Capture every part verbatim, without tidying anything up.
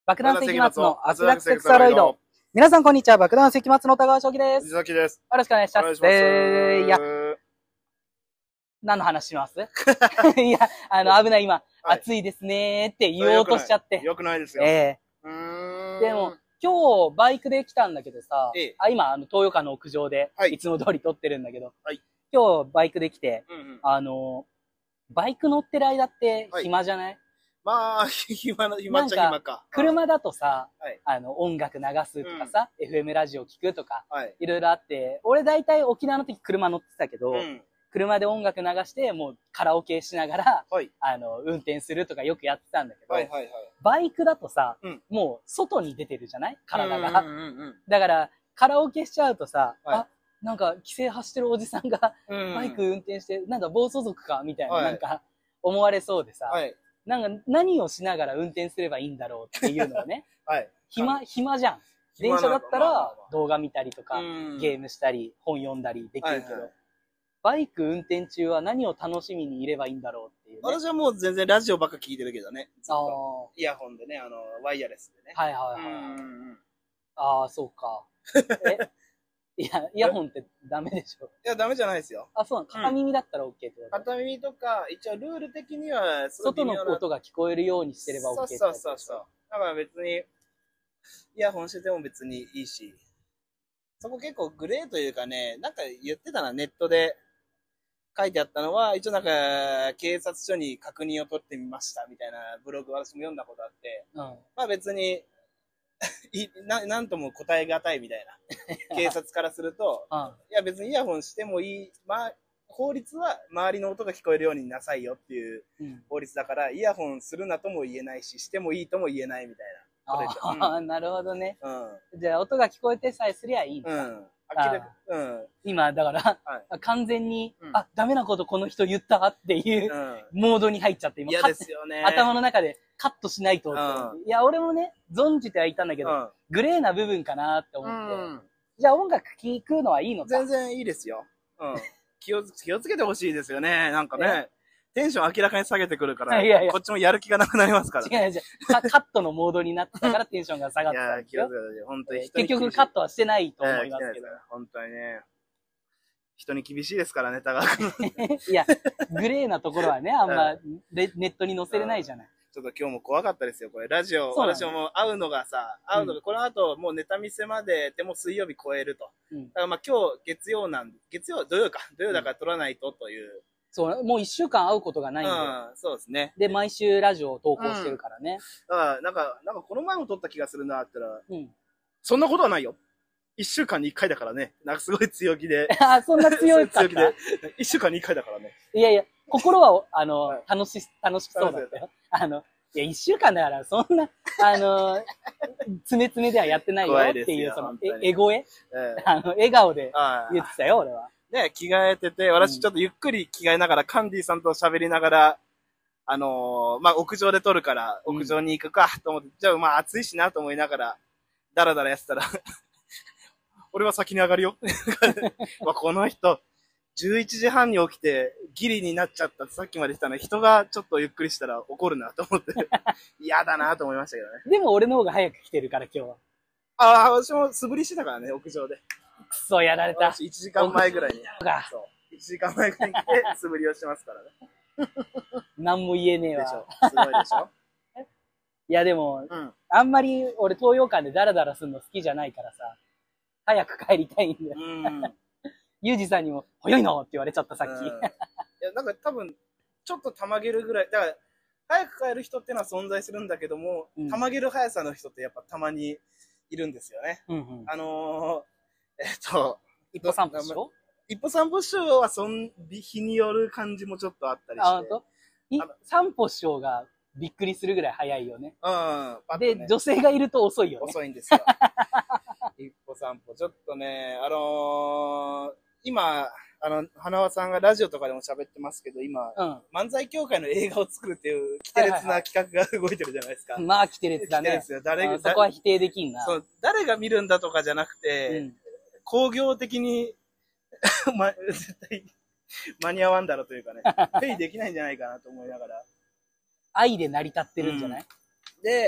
爆弾石松のアスラクセクサロイド。皆さんこんにちは。爆弾石松の田川翔樹です。 藤崎です。 よろしくお願いします。 お願いします。 えー、いや、何の話しますいや、あの、危ない今、はい、暑いですねーって言おうとしちゃって。 よくないですよ。 えー、うーんでも、今日バイクで来たんだけどさ、ええ、あ今、あの、東洋館の屋上で、はい、いつも通り撮ってるんだけど、はい、今日バイクで来て、うんうん、あの、バイク乗ってる間って暇じゃない、はい、まあ、暇な、暇っちゃ暇か。車だとさ、はい、あの、音楽流すとかさ、うん、エフエム ラジオ聞くとか、はい、いろいろあって、俺大体沖縄の時車乗ってたけど、うん、車で音楽流して、もうカラオケしながら、はい、あの、運転するとかよくやってたんだけど、はいはいはい、バイクだとさ、うん、もう外に出てるじゃない体が。だから、カラオケしちゃうとさ、はい、あ、なんか、規制走ってるおじさんが、バイク運転して、なんだ、暴走族かみたいな、はい、なんか、思われそうでさ、はい、なんか何をしながら運転すればいいんだろうっていうのをね。はい。暇、暇じゃん。電車だったら動画見たりとか、ゲームしたり、本読んだりできるけど、はいはい、バイク運転中は何を楽しみにいればいいんだろうっていう、ね。私はもう全然ラジオばっか聞いてるけどね。ずっとイヤホンでね、あの、ワイヤレスでね。 はいはいはい。うんああ、そうか。えいや、イヤホンってダメでしょ。 いや、ダメじゃないですよ。 あ、そうなの。片耳だったら OK ってこと、うん、 片耳とか、一応ルール的には、 外の音が聞こえるようにしてれば OK ってこと。 そうそうそう。だから別に、イヤホンしてても別にいいし。そこ結構グレーというかね、なんか言ってたな、ネットで書いてあったのは、一応なんか、警察署に確認を取ってみましたみたいなブログ私も読んだことあって、うん、まあ別に、いな, なんとも答えがたいみたいな警察からすると、うん、いや別にイヤホンしてもいい、まあ、法律は周りの音が聞こえるようになさいよっていう法律だから、うん、イヤホンするなとも言えないし、してもいいとも言えないみたいな。 ああ、うん、なるほどね、うん、じゃあ音が聞こえてさえすりゃいいんだ、 うん明らかうん、 今だから、はい、完全に、うん、あ、ダメなことこの人言ったっていう、うん、モードに入っちゃって今嫌ですよね。 頭の中でカットしないとって、うん、いや俺もね存じてはいたんだけど、うん、グレーな部分かなって思って、うん、じゃあ音楽聴くのはいいのか。 全然いいですよ、うん、気を気をつけてほしいですよね。なんかねテンション明らかに下げてくるから、いやいやこっちもやる気がなくなりますから、ね。 違う違うカ。カットのモードになってたからテンションが下がってたんですよ。いや、気をつけて本当に人に。結局カットはしてないと思いますけど。 本当にね。人に厳しいですからね、田川君。 いや、グレーなところはね、あんまネットに載せれないじゃない。 ちょっと今日も怖かったですよ、これ。ラジオ、私ももう会うのがさ、会うのが、うん、この後もうネタ見せまで、でも水曜日超えると。うん、だからまあ今日月曜なんで、月曜、土曜か。土曜だから撮らないとという。うんそう、もう一週間会うことがないんで。うん、 そうですね。 で、毎週ラジオを投稿してるからね。 うん、だから、なんか、なんかこの前も撮った気がするなって言ったら、うん、そんなことはないよ。一週間に一回だからね。なんかすごい強気で。 あ、そんな強いかった。強気で。 一週間に一回だからね。 いやいや、心は、あの、はい、楽し、楽しそうだったよ。あの、いや、一週間だから、そんな、あの、つめつめではやってないよっていう、その、え、エゴエ、えー、あの、笑顔で言ってたよ、俺は。 で、着替えてて、私ちょっとゆっくり着替えながら、うん、カンディさんと喋りながら、あのー、まあ、屋上で撮るから、屋上に行くかと思って、うん、じゃあ、まあ、暑いしなと思いながら、だらだらやってたら、俺は先に上がるよ。まあ、この人、じゅういちじはんに起きて、ギリになっちゃったってさっきまで言ったの、人がちょっとゆっくりしたら怒るなと思って、嫌だなと思いましたけどね。 でも俺の方が早く来てるから、今日は。 ああ、私も素振りしてたからね、屋上で。 くそ、やられた。 いちじかんまえぐらいに。そう。いちじかんまえぐらいに来て、素振りをしてますからね。 何も言えねえわ。 でしょ。すごいでしょ。 いや、でも、うん、あんまり俺東洋館でダラダラするの好きじゃないからさ、早く帰りたいんだよ。うん。ユージさんにも、早いのって言われちゃった、さっき。うん、いや、なんか多分、ちょっとたまげるぐらい、だから、早く帰る人ってのは存在するんだけども、うん、たまげる速さの人ってやっぱたまにいるんですよね。うんうん、あのー、えっと、 一歩散歩しよう一歩散歩師匠はそん日による感じもちょっとあったりして。あ、本当？散歩師匠がびっくりするぐらい早いよね。 うん。 ね、で、女性がいると遅いよね。 遅いんですよ。一歩散歩。ちょっとね、あのー、今、あの、花輪さんがラジオとかでも喋ってますけど、今、うん、漫才協会の映画を作るっていう、キテレツな企画が動いてるじゃないですか。はいはいはい、 まあ、キテレツだね。キテレツよ。誰が、そこは否定できんな。 そう、誰が見るんだとかじゃなくて、うん、工業的に、ま、絶対、間に合わんだろうというかね、ペイできないんじゃないかなと思いながら。 愛で成り立ってるんじゃない、 うん、で、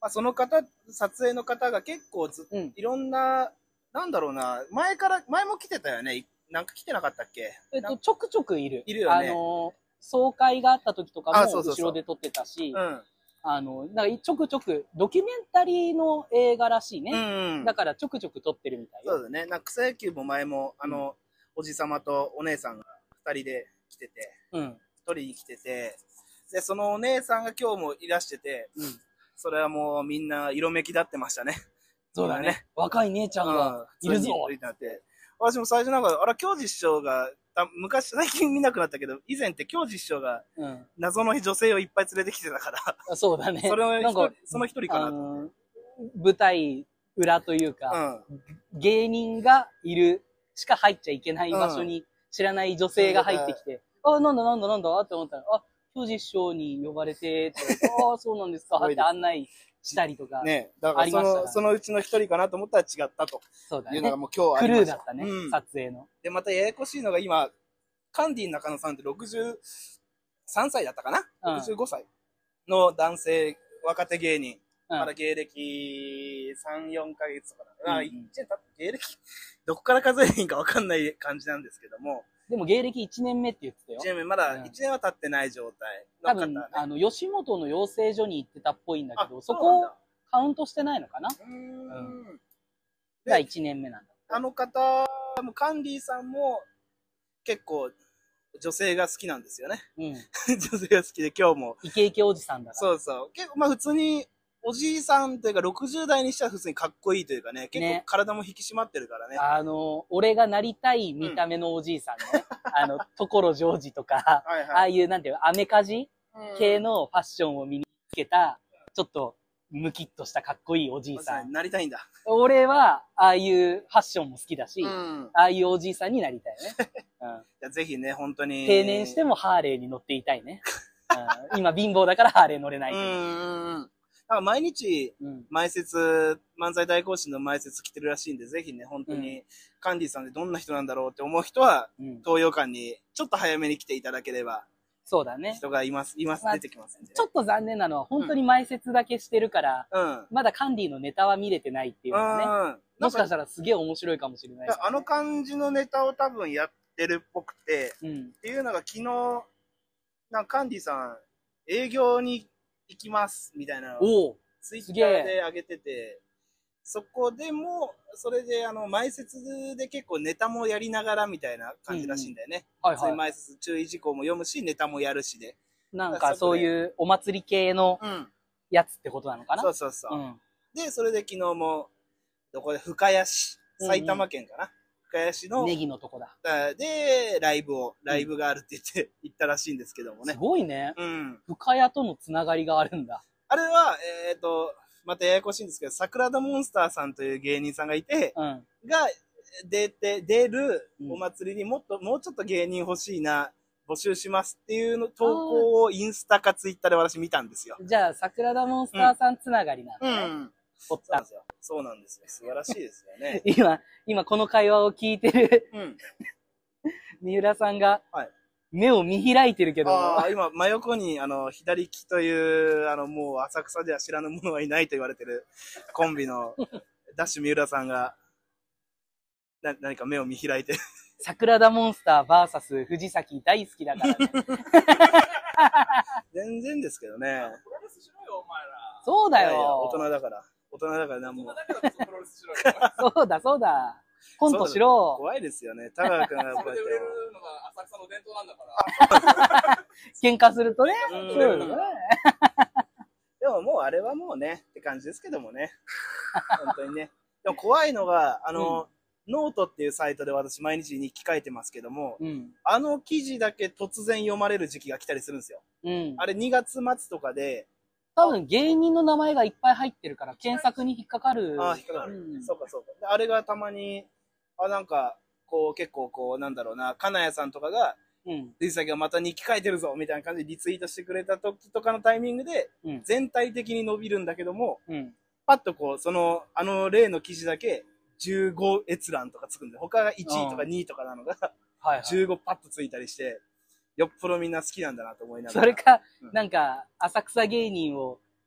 まあ、その方、撮影の方が結構ず、うん、いろんな、なんだろうな、前から、前も来てたよね。なんか来てなかったっけ？ えっと、ちょくちょくいる。 いるよね。 あの、総会があった時とかも後ろで撮ってたし、あの、だからちょくちょく、ドキュメンタリーの映画らしいね。うんうん、だからちょくちょく撮ってるみたいよ。 そうだね。なんか草野球も前も、あの、うん、おじさまとお姉さんが二人で来てて、うん、撮りに来てて、で、そのお姉さんが今日もいらしてて、うん、それはもうみんな色めき立ってましたね。 そうだね。若い姉ちゃんがいるぞってなって。私も最初なんか、あら、京二師匠が、昔、最近見なくなったけど、以前って京二師匠が、謎の女性をいっぱい連れてきてたから。 うん、そうだね。 それを、なんかその一人かなと、 うん。舞台裏というか、うん、芸人がいるしか入っちゃいけない場所に知らない女性が入ってきて、うん、あ、なんだなんだなんだって思ったら、あ、京二師匠に呼ばれて、ってああ、そうなんですかって案内したりとか。 ね、だからその、そのうちの一人かなと思ったら違ったと。 そうだね。 いうのがもう今日ありました。 クルーだったね、うん、撮影の。 で、またややこしいのが今、カンディ中野さんってろくじゅうさんさいだったかな、うん、ろくじゅうごさいの男性、若手芸人。うん、まだ芸歴さん、よんかげつとかな。うんうん、いちねん経って芸歴、どこから数えへんかわかんない感じなんですけども。 でも芸歴いちねんめって言ってたよ。 いちねんめ、まだいちねんは経ってない状態の方、ね。多分、あの、吉本の養成所に行ってたっぽいんだけど、そこをカウントしてないのかな。うん。うん、がいちねんめなんだ。 あの方も、カンディさんも結構女性が好きなんですよね。うん。女性が好きで今日も。 イケイケおじさんだから。 そうそう。結構まあ普通に、おじいさんというかろくじゅう代にしては普通にかっこいいというかね、結構体も引き締まってるからね。ねあの、俺がなりたい見た目のおじいさんね。うん、あの、所ジョージとか、はいはい、ああいうなんていう、アメカジ系のファッションを身につけた、ちょっとムキッとしたかっこいいおじいさん。 なりたいんだ。 俺は、ああいうファッションも好きだし、うん、ああいうおじいさんになりたいね。 うん、いやぜひね、本当に。 定年してもハーレーに乗っていたいね。うん、今貧乏だからハーレー乗れないけど。うん毎日、前説、漫才大行進の前説来てるらしいんで、ぜひね、本当に、カンディさんでどんな人なんだろうって思う人は、東洋館にちょっと早めに来ていただければ、 そうだね。 人がいます、います、出てきますんで、ね。 ちょっと残念なのは、本当に前説だけしてるから、うん、まだカンディのネタは見れてないっていうのがね、うん、もしかしたらすげえ面白いかもしれない、ね。 あの感じのネタを多分やってるっぽくて、うん、っていうのが昨日、なんかカンディさん、営業に行きますみたいなのをツイッターで上げてて、そこでもそれであの前説で結構ネタもやりながらみたいな感じらしいんだよね。うんうん、はいはい、前説注意事項も読むしネタもやるしで、 なんかそういうお祭り系のやつってことなのかな。 そうそうそう。うん、でそれで昨日もどこで深谷市、埼玉県かな。うんうん、深谷市のネギのとこだ。 でライブをライブがあるって言って行ったらしいんですけどもね。 すごいね。うん。深谷とのつながりがあるんだ。 あれはえっ、ー、とまたややこしいんですけど、桜田モンスターさんという芸人さんがいて、うん、が出て出るお祭りにもっと、うん、もうちょっと芸人欲しいな。募集しますっていうの投稿をインスタかツイッターで私見たんですよ。 じゃあ桜田モンスターさんつながりなんだね。うん。うん、 そうなんですよ。そうなんですよ。素晴らしいですよね。 今、今この会話を聞いてる、うん、三浦さんが、目を見開いてるけど。 あ今、真横に、あの、左利きという、あの、もう浅草では知らぬ者はいないと言われてるコンビのダッシュ三浦さんが、な、何か目を見開いてる。 桜田モンスター ブイエス 藤崎大好きだからね。 全然ですけどね。 そうだよ。いやいや大人だから。大人だから何も。 そうだそうだ。コントしろ。 怖いですよね。田川君がやっぱり。 浅草の伝統なんだから。 喧嘩するとね。 でももうあれはもうねって感じですけどもね。本当にね。でも怖いのが、あの、うんノートっていうサイトで私毎日日記書いてますけども、うん、あの記事だけ突然読まれる時期が来たりするんですよ。うん、あれにがつ末とかで。 多分芸人の名前がいっぱい入ってるから検索に引っかかる。 ああ、引っかかる。うん、そうかそうか。であれがたまに、あ、なんか、こう結構こうなんだろうな、金谷さんとかが、うん、藤崎がまた日記書いてるぞみたいな感じでリツイートしてくれた時とかのタイミングで、うん、全体的に伸びるんだけども、うん、パッとこう、その、あの例の記事だけ、じゅうご閲覧とかつくんで、他がいちいとかにいとかなのが、はいはい、じゅうごパッとついたりして、よっぽどみんな好きなんだなと思いながら。 それか、うん、なんか、浅草芸人を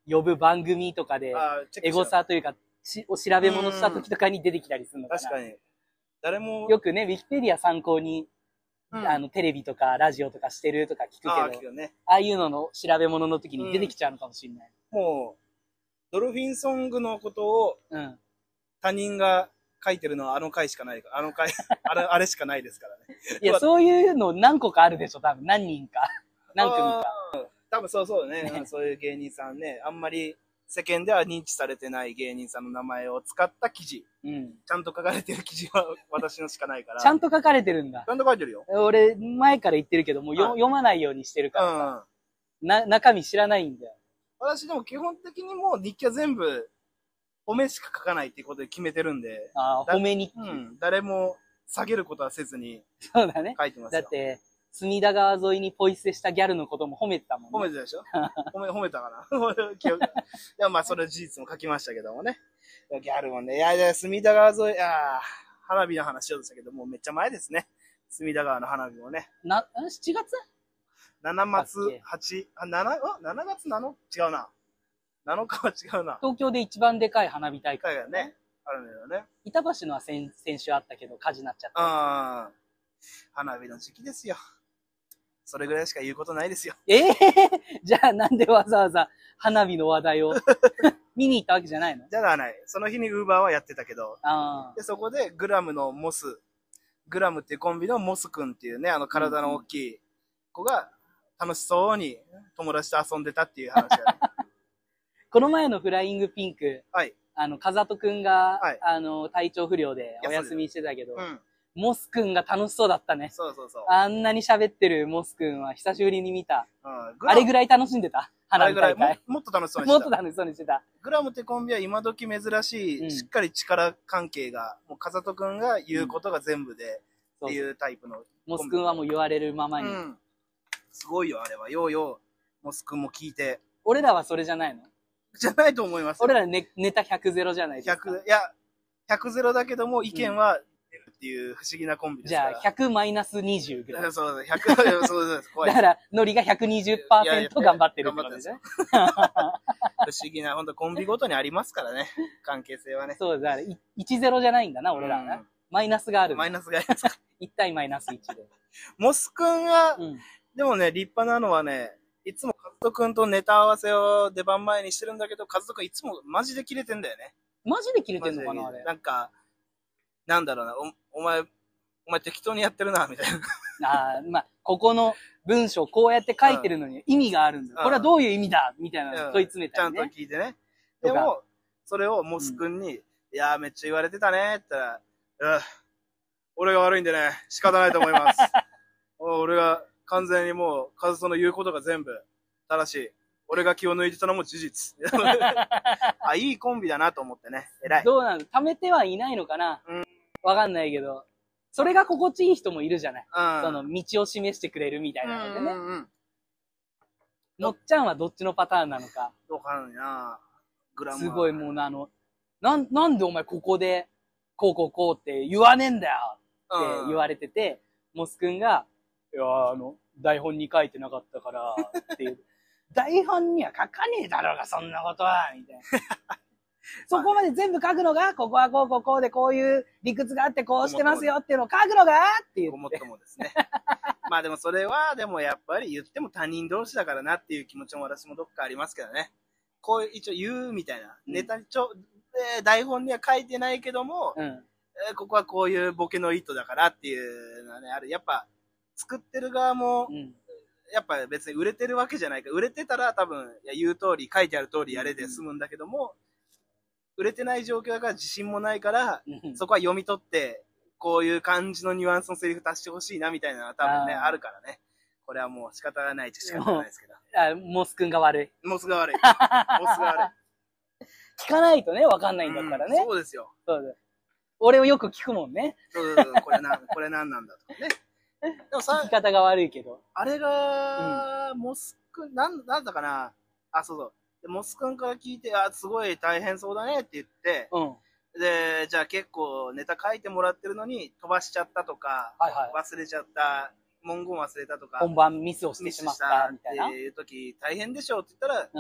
呼ぶ番組とかで、エゴサというか、お調べ物した時とかに出てきたりするのかな。 確かに。誰も。 よくね、ウィキペディア参考に、うん、あの、テレビとかラジオとかしてるとか聞くけど、あ, 聞くね、ああいうのの調べ物の時に出てきちゃうのかもしれない。 うん、もう、ドルフィンソングのことを、他人が書いてるのはあの回しかないから、あの回、あれ、あれしかないですからね。 いや、そういうの何個かあるでしょ、多分。何人か。何組か。 多分そうそうね。ねそういう芸人さんね、あんまり世間では認知されてない芸人さんの名前を使った記事。うん、ちゃんと書かれてる記事は私のしかないから。 ちゃんと書かれてるんだ。 ちゃんと書いてるよ。 俺、前から言ってるけど、もうよ、はい、読まないようにしてるからさ、うん、な、中身知らないんだよ。 私でも基本的にもう日記は全部、褒めしか書かないっていうことで決めてるんで。 ああ、褒め日記、 うん。誰も下げることはせずに。 そうだね。 書いてますよ。 だって、隅田川沿いにポイ捨てしたギャルのことも褒めてたもんね。 褒めてたでしょ褒め、褒めたかな記憶。いや、まあ、それ事実も書きましたけどもね。ギャルもね、いやいや、隅田川沿い、ああ、花火の話しようとしたけど、もうめっちゃ前ですね。隅田川の花火もね。 な、しちがつ ? しち がつ、はち、あ、なな、あ、しちがつなの違うな。なのかは違うな。 東京で一番でかい花火大会がね。あるんだよね。 板橋のは先、先週あったけど、火事になっちゃった。 ああ。花火の時期ですよ。それぐらいしか言うことないですよ。 ええー、じゃあなんでわざわざ花火の話題を見に行ったわけじゃないの？ じゃあない。その日にウーバーはやってたけど。 あで、そこでグラムのモス、グラムっていうコンビのモス君っていうね、あの体の大きい子が楽しそうに友達と遊んでたっていう話が、ね。 この前のフライングピンク、 はい、 あの、風戸くんが、はい、あの、体調不良でお休みしてたけど、うん、モスくんが楽しそうだったね。 そうそうそう。 あんなに喋ってるモスくんは久しぶりに見た。うん、あれぐらい楽しんでた花火大会。 もっと楽しそうにしてた。もっと楽しそうにしてた。 グラムってコンビは今時珍しい、うん、しっかり力関係が、もう風戸くんが言うことが全部で、うん、っていうタイプの。 モスくんはもう言われるままに。うん、 すごいよ、あれは。ようよう、モスくんも聞いて。 俺らはそれじゃないの？ じゃないと思います。 俺らネネタひゃくゼロじゃないですか。 ひゃく、いや、ひゃくゼロだけども意見は出るっていう不思議なコンビですから。 じゃあひゃくマイナスにじゅうぐらい。 そう、ひゃく、そうです。怖い。 だから、ノリが ひゃくにじゅっパーセント 頑張ってるってことですね。 不思議な、本当コンビごとにありますからね。関係性はね。 そうだ、いちゼロじゃないんだな、俺らは、ね。マイナスがある。 マイナスがあります。 いち対マイナスいちで。 モス君は、うん、でもね、立派なのはね、いつもカズト君とネタ合わせを出番前にしてるんだけど、カズト君いつもマジでキレてんだよね。 マジでキレてんのかなあれ。 なんか、なんだろうな、お、お前、お前適当にやってるな、みたいな。ああ、まあ、ここの文章こうやって書いてるのに意味があるんだ。これはどういう意味だみたいなの問い詰めたりね。 ちゃんと聞いてね。でも、それをモス君に、うん、いやーめっちゃ言われてたねって言ったら、うん、俺が悪いんでね、仕方ないと思います。俺が、完全にもう、カズトの言うことが全部正しい。俺が気を抜いてたのも事実。あ、いいコンビだなと思ってね。偉い。 どうなの？貯めてはいないのかな、うん、わかんないけど。それが心地いい人もいるじゃない。うん、その道を示してくれるみたいなのでね。うんうん、のっちゃんはどっちのパターンなのか。 わかんないな。 グラム。すごいもうあの、なん、なんでお前ここで、こうこうこうって言わねえんだよって言われてて、うん、モス君が、いや、あの、台本に書いてなかったから、っていう。台本には書かねえだろうが、そんなことはみたいな。そこまで全部書くのが、ここはこうこうこうでこういう理屈があってこうしてますよっていうのを書くのがっていう。 ごもっともですね。まあでもそれは、でもやっぱり言っても他人同士だからなっていう気持ちも私もどっかありますけどね。こう一応言うみたいな。ネタにちょ、えー、台本には書いてないけども、うんえー、ここはこういうボケの意図だからっていうのはね、ある。やっぱ、作ってる側も、うん、やっぱ別に売れてるわけじゃないから、売れてたら多分、いや言う通り、書いてある通りやれで済むんだけども、うん、売れてない状況だから自信もないから、うん、そこは読み取って、こういう感じのニュアンスのセリフ足してほしいなみたいなのは多分ね、あ, あるからね。これはもう仕方がないっちゃ仕方がないですけど。 あ、モス君が悪い。 モスが悪い。モスが悪い。聞かないとね、わかんないんだからね。 うん、そうですよ。 そうです。俺をよく聞くもんね。 そうそうそう、これな、これなんなんだとかね。 でもさ、聞き方が悪いけど。 あれが、うん、モス君、なん、なんだかな。あ、そうそう。でモス君から聞いて、あ、すごい大変そうだねって言って、うん、で、じゃあ結構ネタ書いてもらってるのに飛ばしちゃったとか、はいはい、忘れちゃった、文言忘れたとか、 本番ミスをしてしまったみたいな。 っていう時大変でしょって言ったら、うん、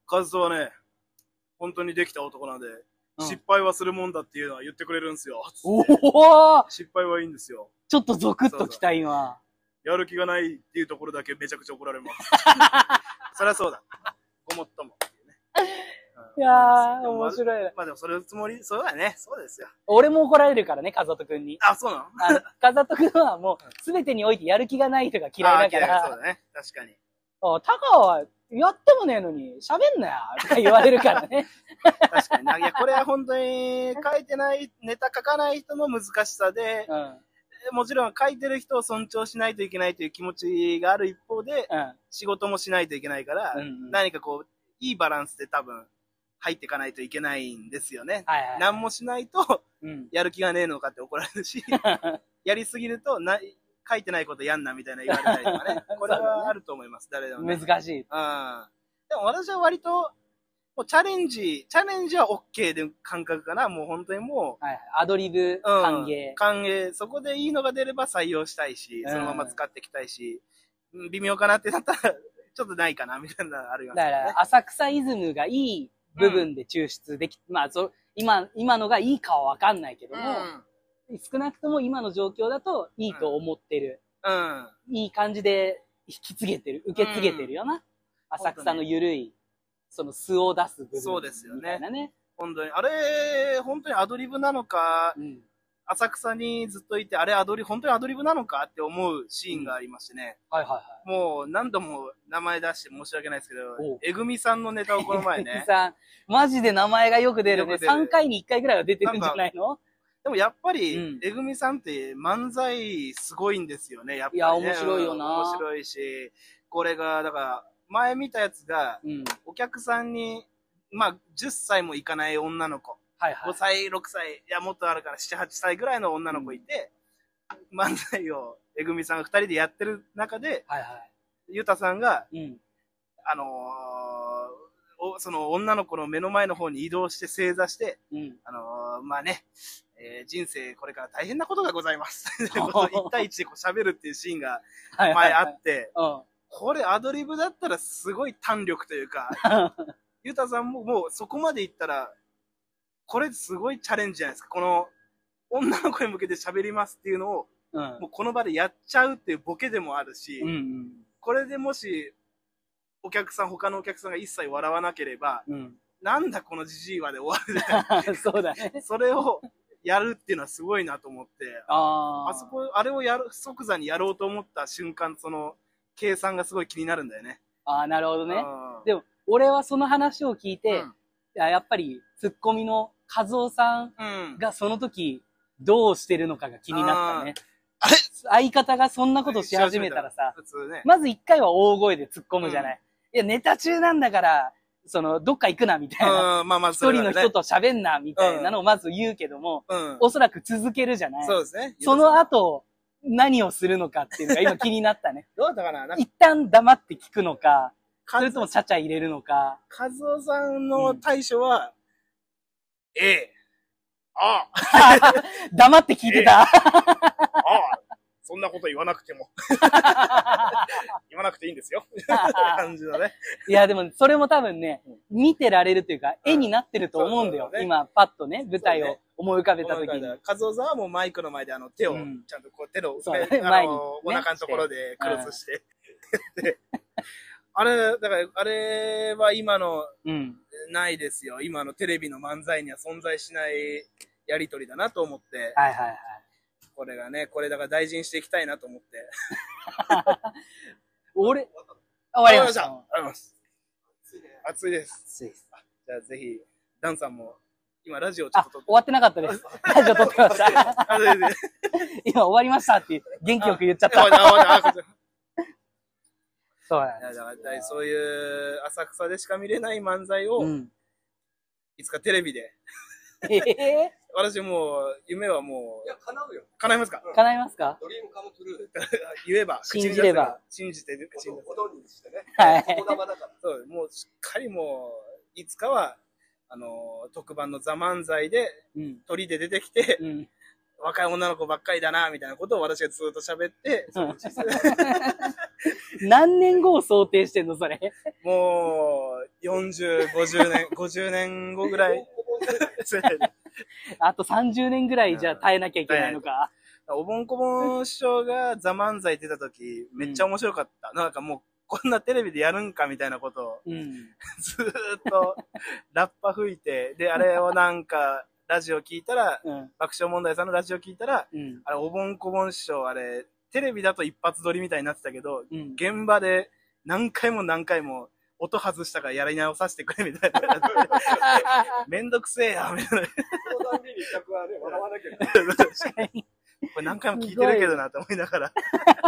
カズトはね、本当にできた男なんで、うん、失敗はするもんだっていうのは言ってくれるんですよ。おお失敗はいいんですよ。 ちょっとゾクッときた今。 やる気がないっていうところだけめちゃくちゃ怒られます。そりゃそうだ。ごもっともっていうね。 いやー、面白い。 まあでもそれつもり、そうだね。そうですよ。 俺も怒られるからね、カザトくんに。 あ、そうなのカザトくんはもう、すべてにおいてやる気がない人が嫌いだから。 そうだね。確かに。 タカは、やってもねえのに、喋んなよとか言われるからね。 確かにな。いや、これは本当に書いてない、ネタ書かない人の難しさで、うん、もちろん書いてる人を尊重しないといけないという気持ちがある一方で、うん、仕事もしないといけないから、うんうん、何かこう、いいバランスで多分、入っていかないといけないんですよね。はいはいはい、何もしないと、やる気がねえのかって怒られるし、やりすぎるとな、書いてないことやんなみたいな言われたりとかね。これはあると思います。誰でも、ね。 難しい。うん。 でも私は割と、もうチャレンジ、チャレンジは OK で感覚かな。もう本当にもう。 はい、アドリブ歓迎、うん。 歓迎。そこでいいのが出れば採用したいし、そのまま使っていきたいし、うん、微妙かなってなったら、ちょっとないかなみたいなのありますね。 だから、浅草イズムがいい部分で抽出でき、うん、まあそ、今、今のがいいかはわかんないけども、うん、少なくとも今の状況だといいと思ってる。うん。いい感じで引き継げてる、受け継げてるよな。うん、浅草のゆるい、その素を出す部分、ね。そうですよね。ね。 本当に。あれ、本当にアドリブなのか、うん、浅草にずっといて、あれアドリブ、本当にアドリブなのかって思うシーンがありましてね。うん、はいはいはい。もう何度も名前出して申し訳ないですけど、えぐみさんのネタをこの前ね。 えぐみさん、マジで名前がよく出るね。さんかいにいっかいぐらいは出てるんじゃないの？ でもやっぱり、うん、えぐみさんって漫才すごいんですよね、やっぱり、ね。 いや、面白いよな。 面白いし、これが、だから、前見たやつが、うん、お客さんに、まあ、じゅっさいもいかない女の子。はいはい、ごさい、ろくさい、いや、もっとあるからなな、はっさいぐらいの女の子いて、うん、漫才をえぐみさんがふたりでやってる中で、はいはい、ゆうたさんが、うん、あのー、その女の子の目の前の方に移動して正座して、うん、あのー、まあね、えー、人生これから大変なことがございます。いち対いちでこう喋るっていうシーンが前あって、これアドリブだったらすごい弾力というか、ゆうたさんももうそこまでいったら、これすごいチャレンジじゃないですか。この女の子に向けて喋りますっていうのを、うん、もうこの場でやっちゃうっていうボケでもあるし、うんうん、これでもしお客さん、他のお客さんが一切笑わなければ、うん、なんだこのジジイはで終わるじゃない。 そうだね。 それをやるっていうのはすごいなと思って、あ, あそこ、あれをやる、即座にやろうと思った瞬間、その計算がすごい気になるんだよね。 ああ、なるほどね。でも、俺はその話を聞いて、うん、やっぱりツッコミの和夫さんがその時どうしてるのかが気になったね。あれ相方がそんなことし始めたらさ、ね、まず一回は大声で突っ込むじゃない。うん、いや、ネタ中なんだから、その、どっか行くな、みたいな。まあまあ、一人の人と喋んな、みたいなのをまず言うけども、うん、おそらく続けるじゃない。そうですね。その後、何をするのかっていうのが今気になったね。 どうだったかな、 な一旦黙って聞くのか、それともちゃちゃ入れるのか。 和夫さんの対処は、うん、ええ。ああ黙って聞いてた。ええ、 ああそんなこと言わなくても。言わなくていいんですよ。感じだね。 いや、でも、それも多分ね、見てられるというか、絵になってると思うんだよ。ね、今、パッとね、舞台を思い浮かべたときに。 和夫さんはもうマイクの前で、あの、手を、うん、ちゃんとこう、手の、ね、前に、お腹のところでクロスして。であれ、だから、あれは今の、うん、ないですよ。今のテレビの漫才には存在しないやりとりだなと思って。はいはいはい。これがね、これだから大事にしていきたいなと思って。 俺、終わりました。 ありがとうございます。暑いです。暑いです。じゃあぜひ、ダンさんも、今ラジオちょっと撮って。 終わってなかったです。ラジオ撮ってました。今終わりましたって元気よく言っちゃった。 そうや。だからそういう浅草でしか見れない漫才を、うん、いつかテレビで。ええー私もう、夢はもう。いや、叶うよ。叶いますか？ 叶いますか？ ドリームカムトゥルー。 言えば。 信じれば。 信じて、信じて。 踊りにしてね。 はい。 言霊だから。 そう、もうしっかりもう、いつかは、あの、特番のザ・漫才で、うん、鳥で出てきて、うん、 若い女の子ばっかりだな、みたいなことを私がずっと喋って、うん、 何年後を想定してんの、それ。 もう、よんじゅう、ごじゅうねん、ごじゅうねんごぐらい。 あとさんじゅうねんぐらいじゃあ耐えなきゃいけないのか。 おぼんこぼん師匠がザ・漫才出た時、めっちゃ面白かった。うん、なんかもう、こんなテレビでやるんかみたいなことを、うん、ずーっとラッパ吹いて、で、あれをなんか、ラジオ聞いたら、うん、爆笑問題さんのラジオ聞いたら、うん、あれ、おぼんこぼん師匠、あれ、テレビだと一発撮りみたいになってたけど、うん、現場で何回も何回も音外したからやり直させてくれみたいな。めんどくせえや、みたいな。そのたびに客はね、笑わなきゃいけない。これ何回も聞いてるけどなって思いながら。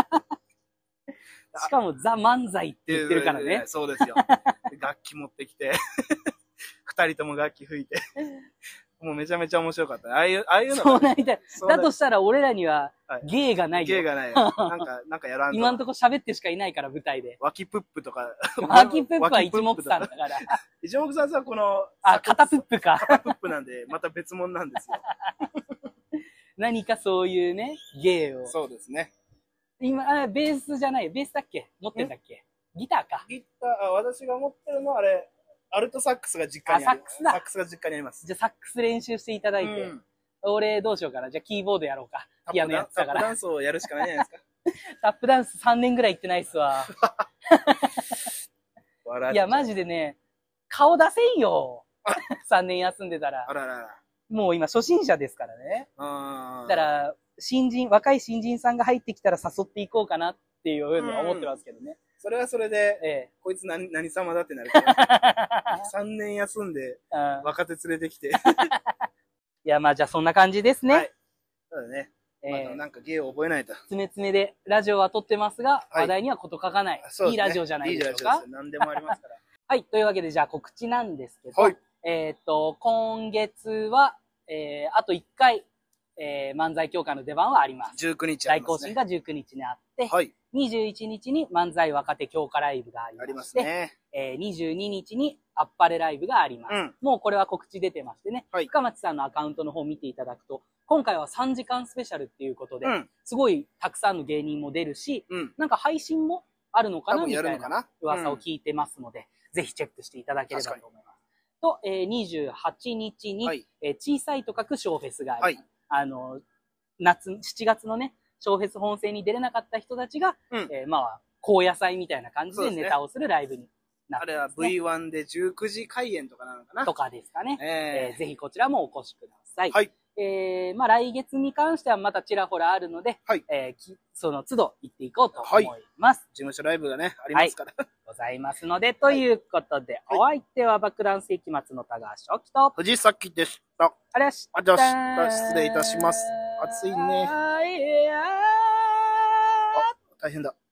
しかもザ・漫才って言ってるからね。 そうですよ。楽器持ってきて、二人とも楽器吹いて。もうめちゃめちゃ面白かった。ああいう、ああいうのそうなりたい。だとしたら俺らには芸がないよ。 芸がない。なんか、なんかやらんと。 今んとこ喋ってしかいないから舞台で。 脇プップとか。 脇プップは一目散だから。 一目散さんはこの、 あ、肩プップか。 肩プップなんで、また別物なんですよ。 何かそういうね、芸を。 そうですね。 今、あ、ベースじゃない。ベースだっけ持ってんだっけギターか。 ギター、あ、私が持ってるのはあれ、アルトサックスが実家にある。 あ、サックスだ。 サックスが実家にあります。 じゃあサックス練習していただいて。うん、俺どうしようかな。じゃあキーボードやろうか。ピアノやってたから。 タップダンスをやるしかないじゃないですか。 タップダンスさんねんぐらい行ってないっすわ。いや、マジでね、顔出せんよ。さんねん休んでたら。 あららら。 もう今初心者ですからね。だから、新人、若い新人さんが入ってきたら誘っていこうかなっていうふうに思ってますけどね。 それはそれで、ええ、こいつ何、何様だってなるから。さんねん休んで、若手連れてきて。 いや、まあじゃあそんな感じですね。はい。 そうだね。えー、まあ、なんか芸を覚えないと。 つめつめでラジオは撮ってますが、はい、話題にはこと書かない。いいラジオじゃないでしょうか。いいラジオです。 何でもありますから。 はい。というわけで、じゃあ告知なんですけど、はい、えっと、今月は、えー、あといっかい、えー、漫才協会の出番はあります。 じゅうくにちあります、 ね。大行進がじゅうくにちにあって、はい、にじゅういちにちに漫才若手強化ライブがありまして、ありますね。えー、にじゅうににちにあっぱれライブがあります。うん、もうこれは告知出てましてね、はい、深町さんのアカウントの方を見ていただくと、今回はさんじかんスペシャルっていうことで、うん、すごいたくさんの芸人も出るし、うん、なんか配信もあるのかなみたいな噂を聞いてますので、うん、ぜひチェックしていただければと思います。と、えー、にじゅうはちにちに、はい、えー、小さいと書く小フェスがあります。はい、あの、夏、しちがつのね、小フェス本戦に出れなかった人たちが、うん、えー、まあ、高野菜みたいな感じでネタをするライブになってます、ね。あれは ブイワン でじゅうくじ開演とかなのかなとかですかね。えーえー、ぜひこちらもお越しください。はい。えー、まあ来月に関してはまたちらほらあるので、はい。えー、その都度行っていこうと思います。はい、 事務所ライブがね、ありますから。はい、 ございますので、ということで、はい、お相手は爆弾世紀末の田川正樹と、 藤崎でした。 ありがとうございました。失礼いたします。暑いね。あ、大変だ。